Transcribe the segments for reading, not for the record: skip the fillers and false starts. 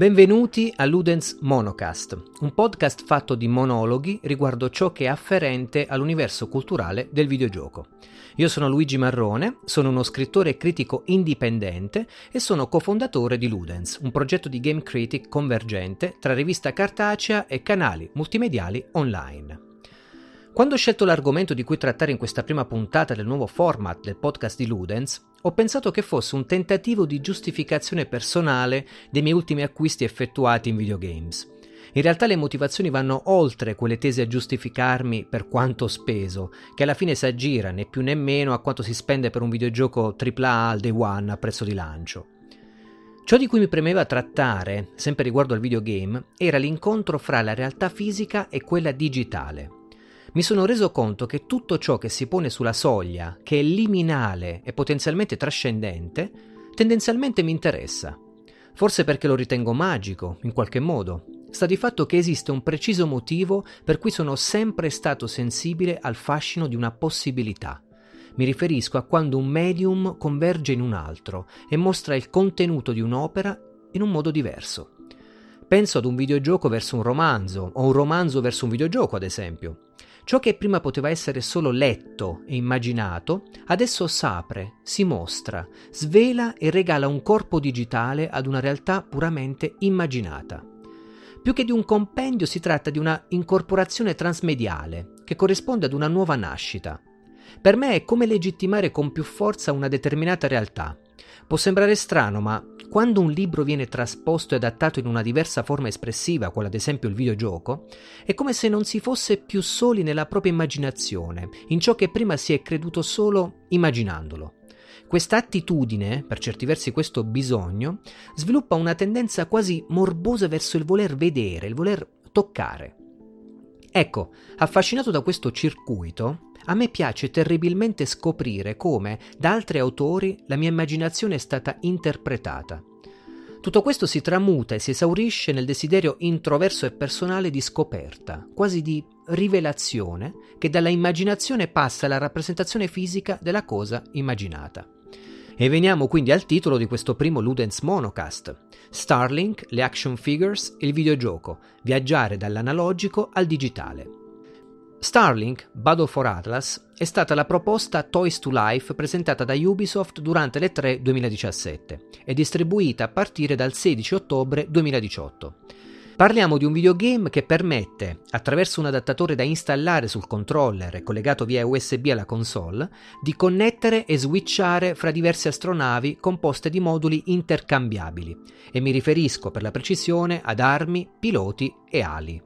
Benvenuti a Ludens Monocast, un podcast fatto di monologhi riguardo ciò che è afferente all'universo culturale del videogioco. Io sono Luigi Marrone, sono uno scrittore e critico indipendente e sono cofondatore di Ludens, un progetto di game critic convergente tra rivista cartacea e canali multimediali online. Quando ho scelto l'argomento di cui trattare in questa prima puntata del nuovo format del podcast di Ludens, ho pensato che fosse un tentativo di giustificazione personale dei miei ultimi acquisti effettuati in videogames. In realtà le motivazioni vanno oltre quelle tese a giustificarmi per quanto ho speso, che alla fine si aggira né più né meno a quanto si spende per un videogioco AAA al day one a prezzo di lancio. Ciò di cui mi premeva trattare, sempre riguardo al videogame, era l'incontro fra la realtà fisica e quella digitale. Mi sono reso conto che tutto ciò che si pone sulla soglia, che è liminale e potenzialmente trascendente, tendenzialmente mi interessa. Forse perché lo ritengo magico, in qualche modo. Sta di fatto che esiste un preciso motivo per cui sono sempre stato sensibile al fascino di una possibilità. Mi riferisco a quando un medium converge in un altro e mostra il contenuto di un'opera in un modo diverso. Penso ad un videogioco verso un romanzo, o un romanzo verso un videogioco, ad esempio. Ciò che prima poteva essere solo letto e immaginato, adesso s'apre, si mostra, svela e regala un corpo digitale ad una realtà puramente immaginata. Più che di un compendio si tratta di una incorporazione transmediale, che corrisponde ad una nuova nascita. Per me è come legittimare con più forza una determinata realtà. Può sembrare strano, ma quando un libro viene trasposto e adattato in una diversa forma espressiva, quale ad esempio il videogioco, è come se non si fosse più soli nella propria immaginazione, in ciò che prima si è creduto solo immaginandolo. Questa attitudine, per certi versi questo bisogno, sviluppa una tendenza quasi morbosa verso il voler vedere, il voler toccare. Ecco, affascinato da questo circuito, a me piace terribilmente scoprire come, da altri autori, la mia immaginazione è stata interpretata. Tutto questo si tramuta e si esaurisce nel desiderio introverso e personale di scoperta, quasi di rivelazione, che dalla immaginazione passa alla rappresentazione fisica della cosa immaginata. E veniamo quindi al titolo di questo primo Ludens Monocast: Starlink, le action figures, il videogioco, viaggiare dall'analogico al digitale. Starlink, Battle for Atlas, è stata la proposta Toys to Life presentata da Ubisoft durante le E3 2017 e distribuita a partire dal 16 ottobre 2018. Parliamo di un videogame che permette, attraverso un adattatore da installare sul controller e collegato via USB alla console, di connettere e switchare fra diverse astronavi composte di moduli intercambiabili, e mi riferisco per la precisione ad armi, piloti e ali.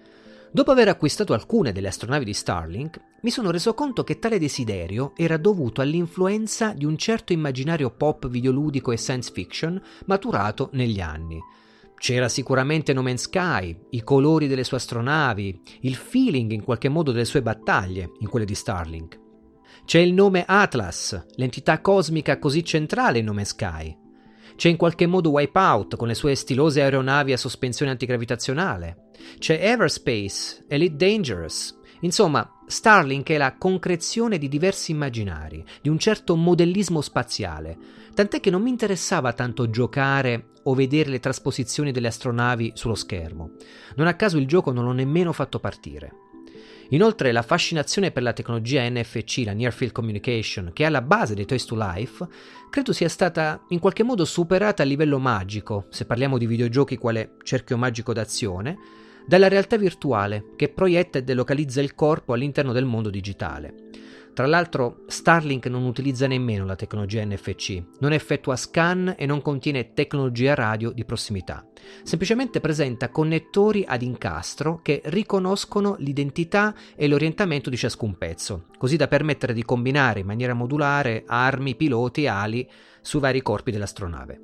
Dopo aver acquistato alcune delle astronavi di Starlink, mi sono reso conto che tale desiderio era dovuto all'influenza di un certo immaginario pop videoludico e science fiction maturato negli anni. C'era sicuramente No Man's Sky, i colori delle sue astronavi, il feeling in qualche modo delle sue battaglie in quelle di Starlink. C'è il nome Atlas, l'entità cosmica così centrale in No Man's Sky. C'è in qualche modo Wipeout con le sue stilose aeronavi a sospensione antigravitazionale. C'è Everspace, Elite Dangerous. Insomma, Starlink è la concrezione di diversi immaginari, di un certo modellismo spaziale, tant'è che non mi interessava tanto giocare o vedere le trasposizioni delle astronavi sullo schermo. Non a caso il gioco non l'ho nemmeno fatto partire. Inoltre la fascinazione per la tecnologia NFC, la Near Field Communication, che è alla base dei Toys to Life, credo sia stata in qualche modo superata a livello magico, se parliamo di videogiochi quale cerchio magico d'azione, dalla realtà virtuale che proietta e delocalizza il corpo all'interno del mondo digitale. Tra l'altro Starlink non utilizza nemmeno la tecnologia NFC, non effettua scan e non contiene tecnologia radio di prossimità. Semplicemente presenta connettori ad incastro che riconoscono l'identità e l'orientamento di ciascun pezzo, così da permettere di combinare in maniera modulare armi, piloti e ali sui vari corpi dell'astronave.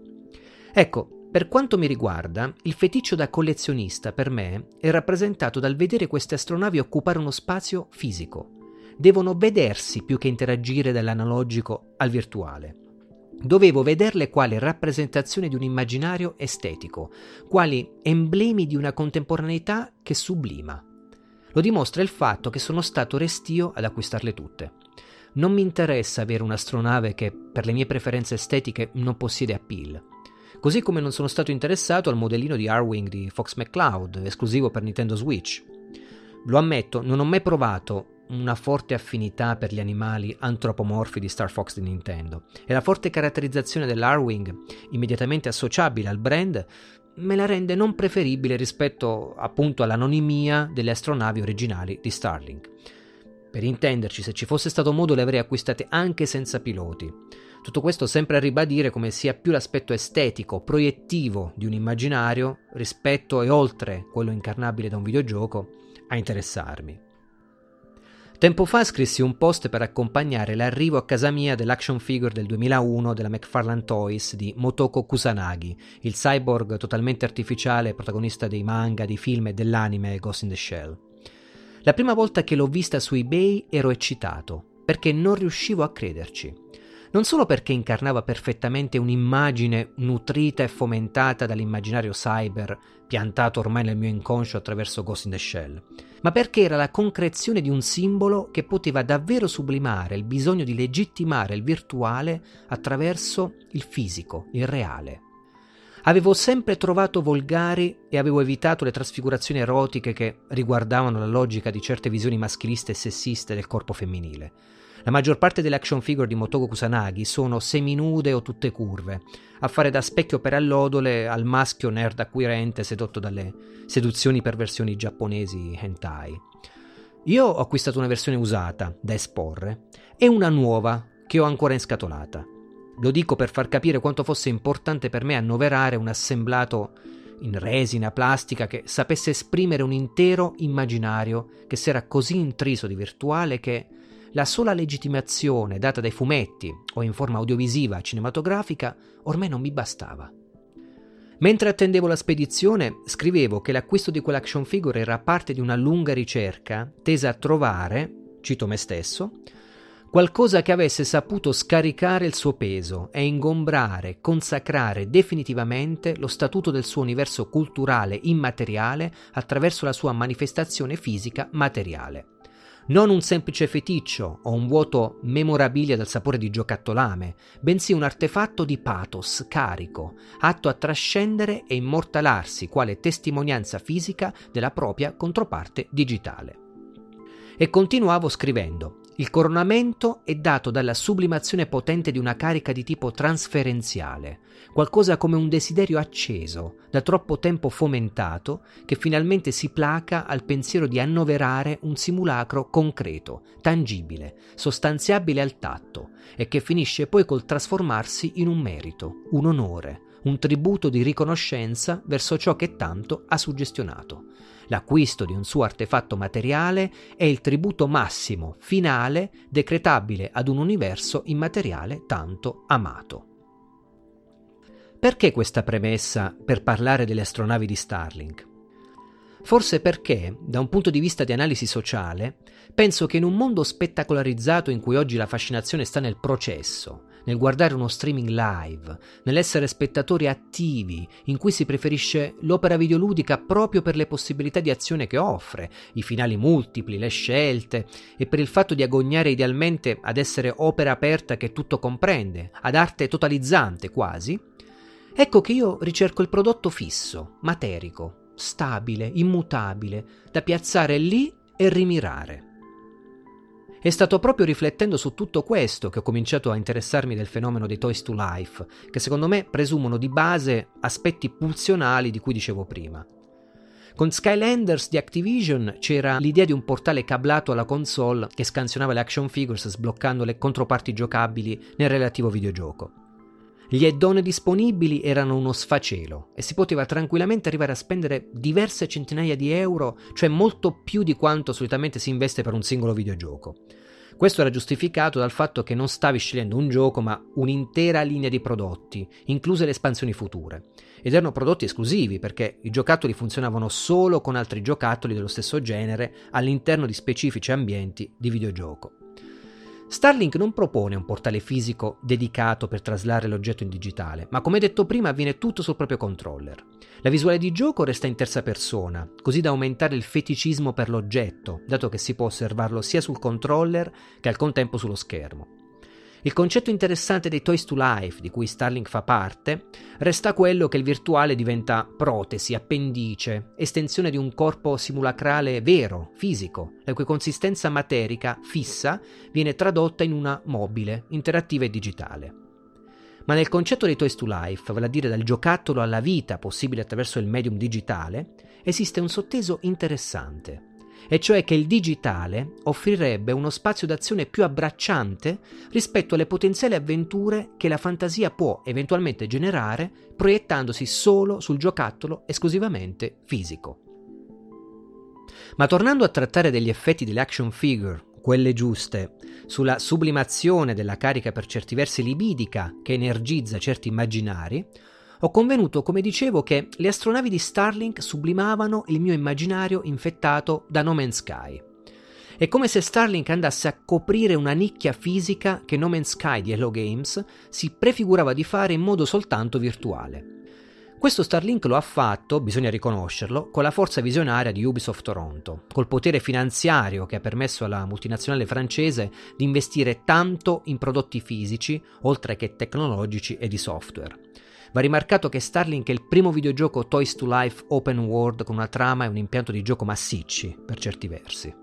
Ecco, per quanto mi riguarda, il feticcio da collezionista per me è rappresentato dal vedere queste astronavi occupare uno spazio fisico. Devono vedersi più che interagire dall'analogico al virtuale. Dovevo vederle quali rappresentazione di un immaginario estetico, quali emblemi di una contemporaneità che sublima. Lo dimostra il fatto che sono stato restio ad acquistarle tutte. Non mi interessa avere un'astronave che, per le mie preferenze estetiche, non possiede appeal. così come non sono stato interessato al modellino di Arwing di Fox McCloud, esclusivo per Nintendo Switch. Lo ammetto, non ho mai provato una forte affinità per gli animali antropomorfi di Star Fox di Nintendo, e la forte caratterizzazione dell'Arwing, immediatamente associabile al brand, me la rende non preferibile rispetto appunto all'anonimia delle astronavi originali di Starlink. Per intenderci, se ci fosse stato modo le avrei acquistate anche senza piloti. Tutto questo sempre a ribadire come sia più l'aspetto estetico, proiettivo di un immaginario rispetto e oltre quello incarnabile da un videogioco a interessarmi. Tempo fa scrissi un post per accompagnare l'arrivo a casa mia dell'action figure del 2001 della McFarlane Toys di Motoko Kusanagi, il cyborg totalmente artificiale protagonista dei manga, dei film e dell'anime Ghost in the Shell. La prima volta che l'ho vista su eBay ero eccitato, perché non riuscivo a crederci. Non solo perché incarnava perfettamente un'immagine nutrita e fomentata dall'immaginario cyber piantato ormai nel mio inconscio attraverso Ghost in the Shell, ma perché era la concrezione di un simbolo che poteva davvero sublimare il bisogno di legittimare il virtuale attraverso il fisico, il reale. Avevo sempre trovato volgari e avevo evitato le trasfigurazioni erotiche che riguardavano la logica di certe visioni maschiliste e sessiste del corpo femminile. La maggior parte delle action figure di Motoko Kusanagi sono seminude o tutte curve, a fare da specchio per allodole al maschio nerd acquirente sedotto dalle seduzioni per versioni giapponesi hentai. Io ho acquistato una versione usata, da esporre, e una nuova, che ho ancora inscatolata. Lo dico per far capire quanto fosse importante per me annoverare un assemblato in resina plastica che sapesse esprimere un intero immaginario che s'era così intriso di virtuale che la sola legittimazione data dai fumetti o in forma audiovisiva cinematografica ormai non mi bastava. Mentre attendevo la spedizione, scrivevo che l'acquisto di quell'action figure era parte di una lunga ricerca tesa a trovare, cito me stesso, qualcosa che avesse saputo scaricare il suo peso e ingombrare, consacrare definitivamente lo statuto del suo universo culturale immateriale attraverso la sua manifestazione fisica materiale. Non un semplice feticcio o un vuoto memorabilia dal sapore di giocattolame, bensì un artefatto di pathos carico, atto a trascendere e immortalarsi quale testimonianza fisica della propria controparte digitale. E continuavo scrivendo: il coronamento è dato dalla sublimazione potente di una carica di tipo trasferenziale, qualcosa come un desiderio acceso, da troppo tempo fomentato, che finalmente si placa al pensiero di annoverare un simulacro concreto, tangibile, sostanziabile al tatto, e che finisce poi col trasformarsi in un merito, un onore, un tributo di riconoscenza verso ciò che tanto ha suggestionato. L'acquisto di un suo artefatto materiale è il tributo massimo, finale, decretabile ad un universo immateriale tanto amato. Perché questa premessa per parlare delle astronavi di Starlink? Forse perché, da un punto di vista di analisi sociale, penso che in un mondo spettacolarizzato in cui oggi la fascinazione sta nel processo, nel guardare uno streaming live, nell'essere spettatori attivi, in cui si preferisce l'opera videoludica proprio per le possibilità di azione che offre, i finali multipli, le scelte, e per il fatto di agognare idealmente ad essere opera aperta che tutto comprende, ad arte totalizzante quasi, ecco che io ricerco il prodotto fisso, materico, stabile, immutabile, da piazzare lì e rimirare. È stato proprio riflettendo su tutto questo che ho cominciato a interessarmi del fenomeno dei Toys to Life, che secondo me presumono di base aspetti pulsionali di cui dicevo prima. Con Skylanders di Activision c'era l'idea di un portale cablato alla console che scansionava le action figures sbloccando le controparti giocabili nel relativo videogioco. Gli add-on disponibili erano uno sfacelo e si poteva tranquillamente arrivare a spendere diverse centinaia di euro, cioè molto più di quanto solitamente si investe per un singolo videogioco. Questo era giustificato dal fatto che non stavi scegliendo un gioco ma un'intera linea di prodotti, incluse le espansioni future. Ed erano prodotti esclusivi perché i giocattoli funzionavano solo con altri giocattoli dello stesso genere all'interno di specifici ambienti di videogioco. Starlink non propone un portale fisico dedicato per traslare l'oggetto in digitale, ma come detto prima avviene tutto sul proprio controller. La visuale di gioco resta in terza persona, così da aumentare il feticismo per l'oggetto, dato che si può osservarlo sia sul controller che al contempo sullo schermo. Il concetto interessante dei Toys to Life, di cui Starlink fa parte, resta quello che il virtuale diventa protesi, appendice, estensione di un corpo simulacrale vero, fisico, la cui consistenza materica, fissa, viene tradotta in una mobile, interattiva e digitale. Ma nel concetto dei Toys to Life, vale a dire dal giocattolo alla vita possibile attraverso il medium digitale, esiste un sotteso interessante, e cioè che il digitale offrirebbe uno spazio d'azione più abbracciante rispetto alle potenziali avventure che la fantasia può eventualmente generare proiettandosi solo sul giocattolo esclusivamente fisico. Ma tornando a trattare degli effetti delle action figure, quelle giuste, sulla sublimazione della carica per certi versi libidica che energizza certi immaginari, ho convenuto, come dicevo, che le astronavi di Starlink sublimavano il mio immaginario infettato da No Man's Sky. È come se Starlink andasse a coprire una nicchia fisica che No Man's Sky di Hello Games si prefigurava di fare in modo soltanto virtuale. Questo Starlink lo ha fatto, bisogna riconoscerlo, con la forza visionaria di Ubisoft Toronto, col potere finanziario che ha permesso alla multinazionale francese di investire tanto in prodotti fisici, oltre che tecnologici e di software. Va rimarcato che Starlink è il primo videogioco Toys to Life open world con una trama e un impianto di gioco massicci, per certi versi.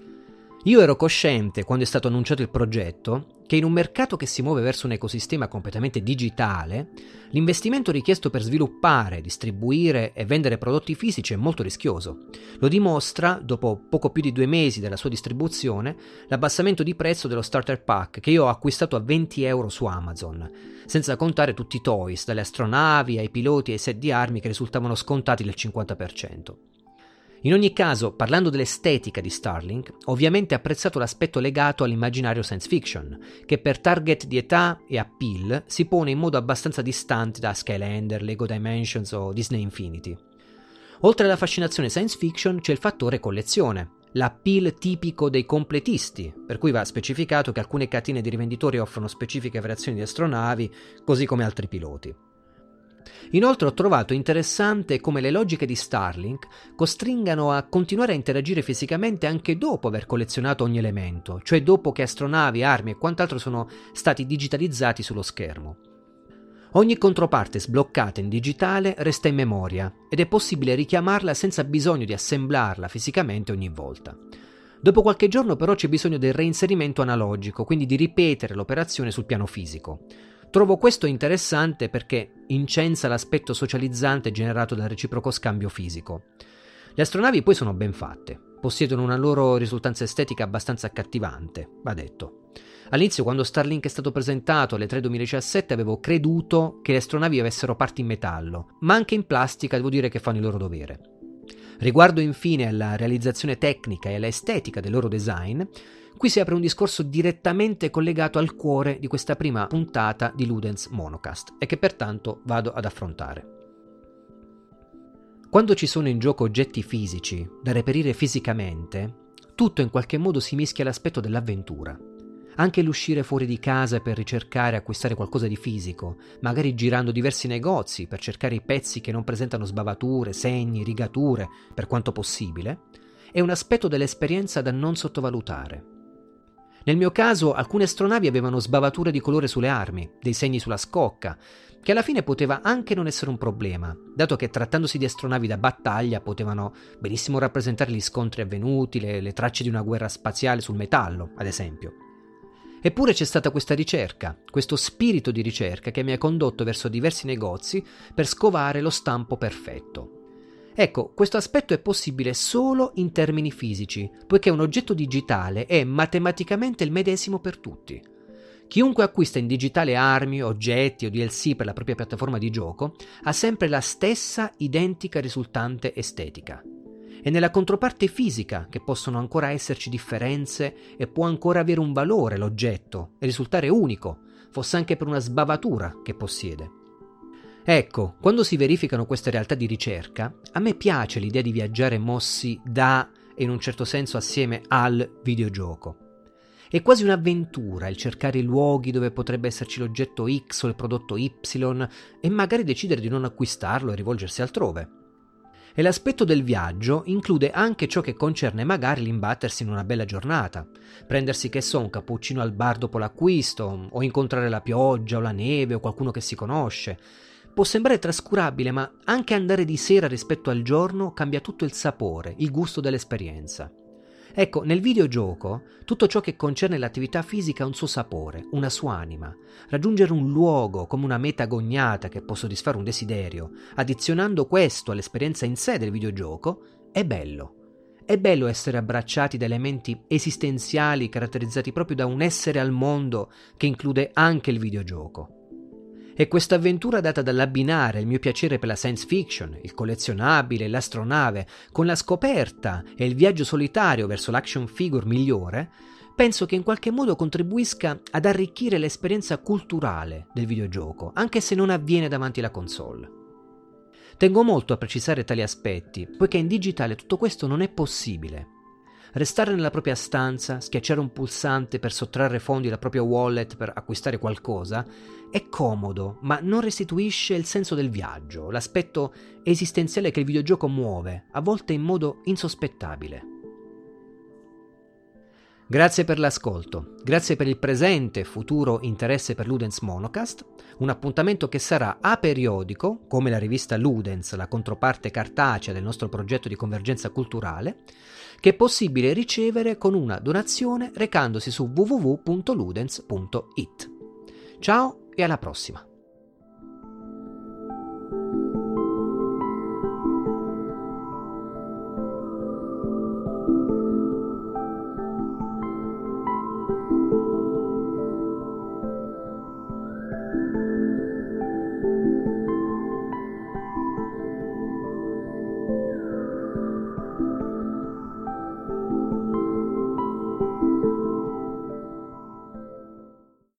Io ero cosciente, quando è stato annunciato il progetto, che in un mercato che si muove verso un ecosistema completamente digitale, l'investimento richiesto per sviluppare, distribuire e vendere prodotti fisici è molto rischioso. Lo dimostra, dopo poco più di 2 mesi dalla sua distribuzione, l'abbassamento di prezzo dello starter pack che io ho acquistato a €20 su Amazon, senza contare tutti i toys, dalle astronavi ai piloti ai set di armi che risultavano scontati del 50%. In ogni caso, parlando dell'estetica di Starlink, ho ovviamente apprezzato l'aspetto legato all'immaginario science fiction, che per target di età e appeal si pone in modo abbastanza distante da Skylander, Lego Dimensions o Disney Infinity. Oltre alla fascinazione science fiction c'è il fattore collezione, l'appeal tipico dei completisti, per cui va specificato che alcune catene di rivenditori offrono specifiche variazioni di astronavi, così come altri piloti. Inoltre ho trovato interessante come le logiche di Starlink costringano a continuare a interagire fisicamente anche dopo aver collezionato ogni elemento, cioè dopo che astronavi, armi e quant'altro sono stati digitalizzati sullo schermo. Ogni controparte sbloccata in digitale resta in memoria ed è possibile richiamarla senza bisogno di assemblarla fisicamente ogni volta. Dopo qualche giorno però c'è bisogno del reinserimento analogico, quindi di ripetere l'operazione sul piano fisico. Trovo questo interessante perché incensa l'aspetto socializzante generato dal reciproco scambio fisico. Le astronavi poi sono ben fatte, possiedono una loro risultanza estetica abbastanza accattivante, va detto. All'inizio, quando Starlink è stato presentato alle 3 2017, avevo creduto che le astronavi avessero parti in metallo, ma anche in plastica devo dire che fanno il loro dovere. Riguardo infine alla realizzazione tecnica e alla estetica del loro design, qui si apre un discorso direttamente collegato al cuore di questa prima puntata di Ludens Monocast e che pertanto vado ad affrontare. Quando ci sono in gioco oggetti fisici da reperire fisicamente, tutto in qualche modo si mischia all'aspetto dell'avventura. Anche l'uscire fuori di casa per ricercare e acquistare qualcosa di fisico, magari girando diversi negozi per cercare i pezzi che non presentano sbavature, segni, rigature, per quanto possibile, è un aspetto dell'esperienza da non sottovalutare. Nel mio caso alcune astronavi avevano sbavature di colore sulle armi, dei segni sulla scocca, che alla fine poteva anche non essere un problema, dato che trattandosi di astronavi da battaglia potevano benissimo rappresentare gli scontri avvenuti, le tracce di una guerra spaziale sul metallo, ad esempio. Eppure c'è stata questa ricerca, questo spirito di ricerca che mi ha condotto verso diversi negozi per scovare lo stampo perfetto. Ecco, questo aspetto è possibile solo in termini fisici, poiché un oggetto digitale è matematicamente il medesimo per tutti. Chiunque acquista in digitale armi, oggetti o DLC per la propria piattaforma di gioco ha sempre la stessa identica risultante estetica. È nella controparte fisica che possono ancora esserci differenze e può ancora avere un valore l'oggetto e risultare unico, fosse anche per una sbavatura che possiede. Ecco, quando si verificano queste realtà di ricerca, a me piace l'idea di viaggiare mossi da e in un certo senso assieme al videogioco. È quasi un'avventura il cercare i luoghi dove potrebbe esserci l'oggetto X o il prodotto Y e magari decidere di non acquistarlo e rivolgersi altrove. E l'aspetto del viaggio include anche ciò che concerne magari l'imbattersi in una bella giornata, prendersi che so un cappuccino al bar dopo l'acquisto, o incontrare la pioggia o la neve o qualcuno che si conosce. Può sembrare trascurabile, ma anche andare di sera rispetto al giorno cambia tutto il sapore, il gusto dell'esperienza. Ecco, nel videogioco tutto ciò che concerne l'attività fisica ha un suo sapore, una sua anima. Raggiungere un luogo come una meta agognata che può soddisfare un desiderio, addizionando questo all'esperienza in sé del videogioco, è bello. È bello essere abbracciati da elementi esistenziali caratterizzati proprio da un essere al mondo che include anche il videogioco. E questa avventura data dall'abbinare il mio piacere per la science fiction, il collezionabile, l'astronave, con la scoperta e il viaggio solitario verso l'action figure migliore, penso che in qualche modo contribuisca ad arricchire l'esperienza culturale del videogioco, anche se non avviene davanti alla console. Tengo molto a precisare tali aspetti, poiché in digitale tutto questo non è possibile. Restare nella propria stanza, schiacciare un pulsante per sottrarre fondi dal proprio wallet per acquistare qualcosa, è comodo, ma non restituisce il senso del viaggio, l'aspetto esistenziale che il videogioco muove, a volte in modo insospettabile. Grazie per l'ascolto, grazie per il presente e futuro interesse per Ludens Monocast, un appuntamento che sarà aperiodico, come la rivista Ludens, la controparte cartacea del nostro progetto di convergenza culturale, che è possibile ricevere con una donazione recandosi su www.ludens.it. Ciao e alla prossima!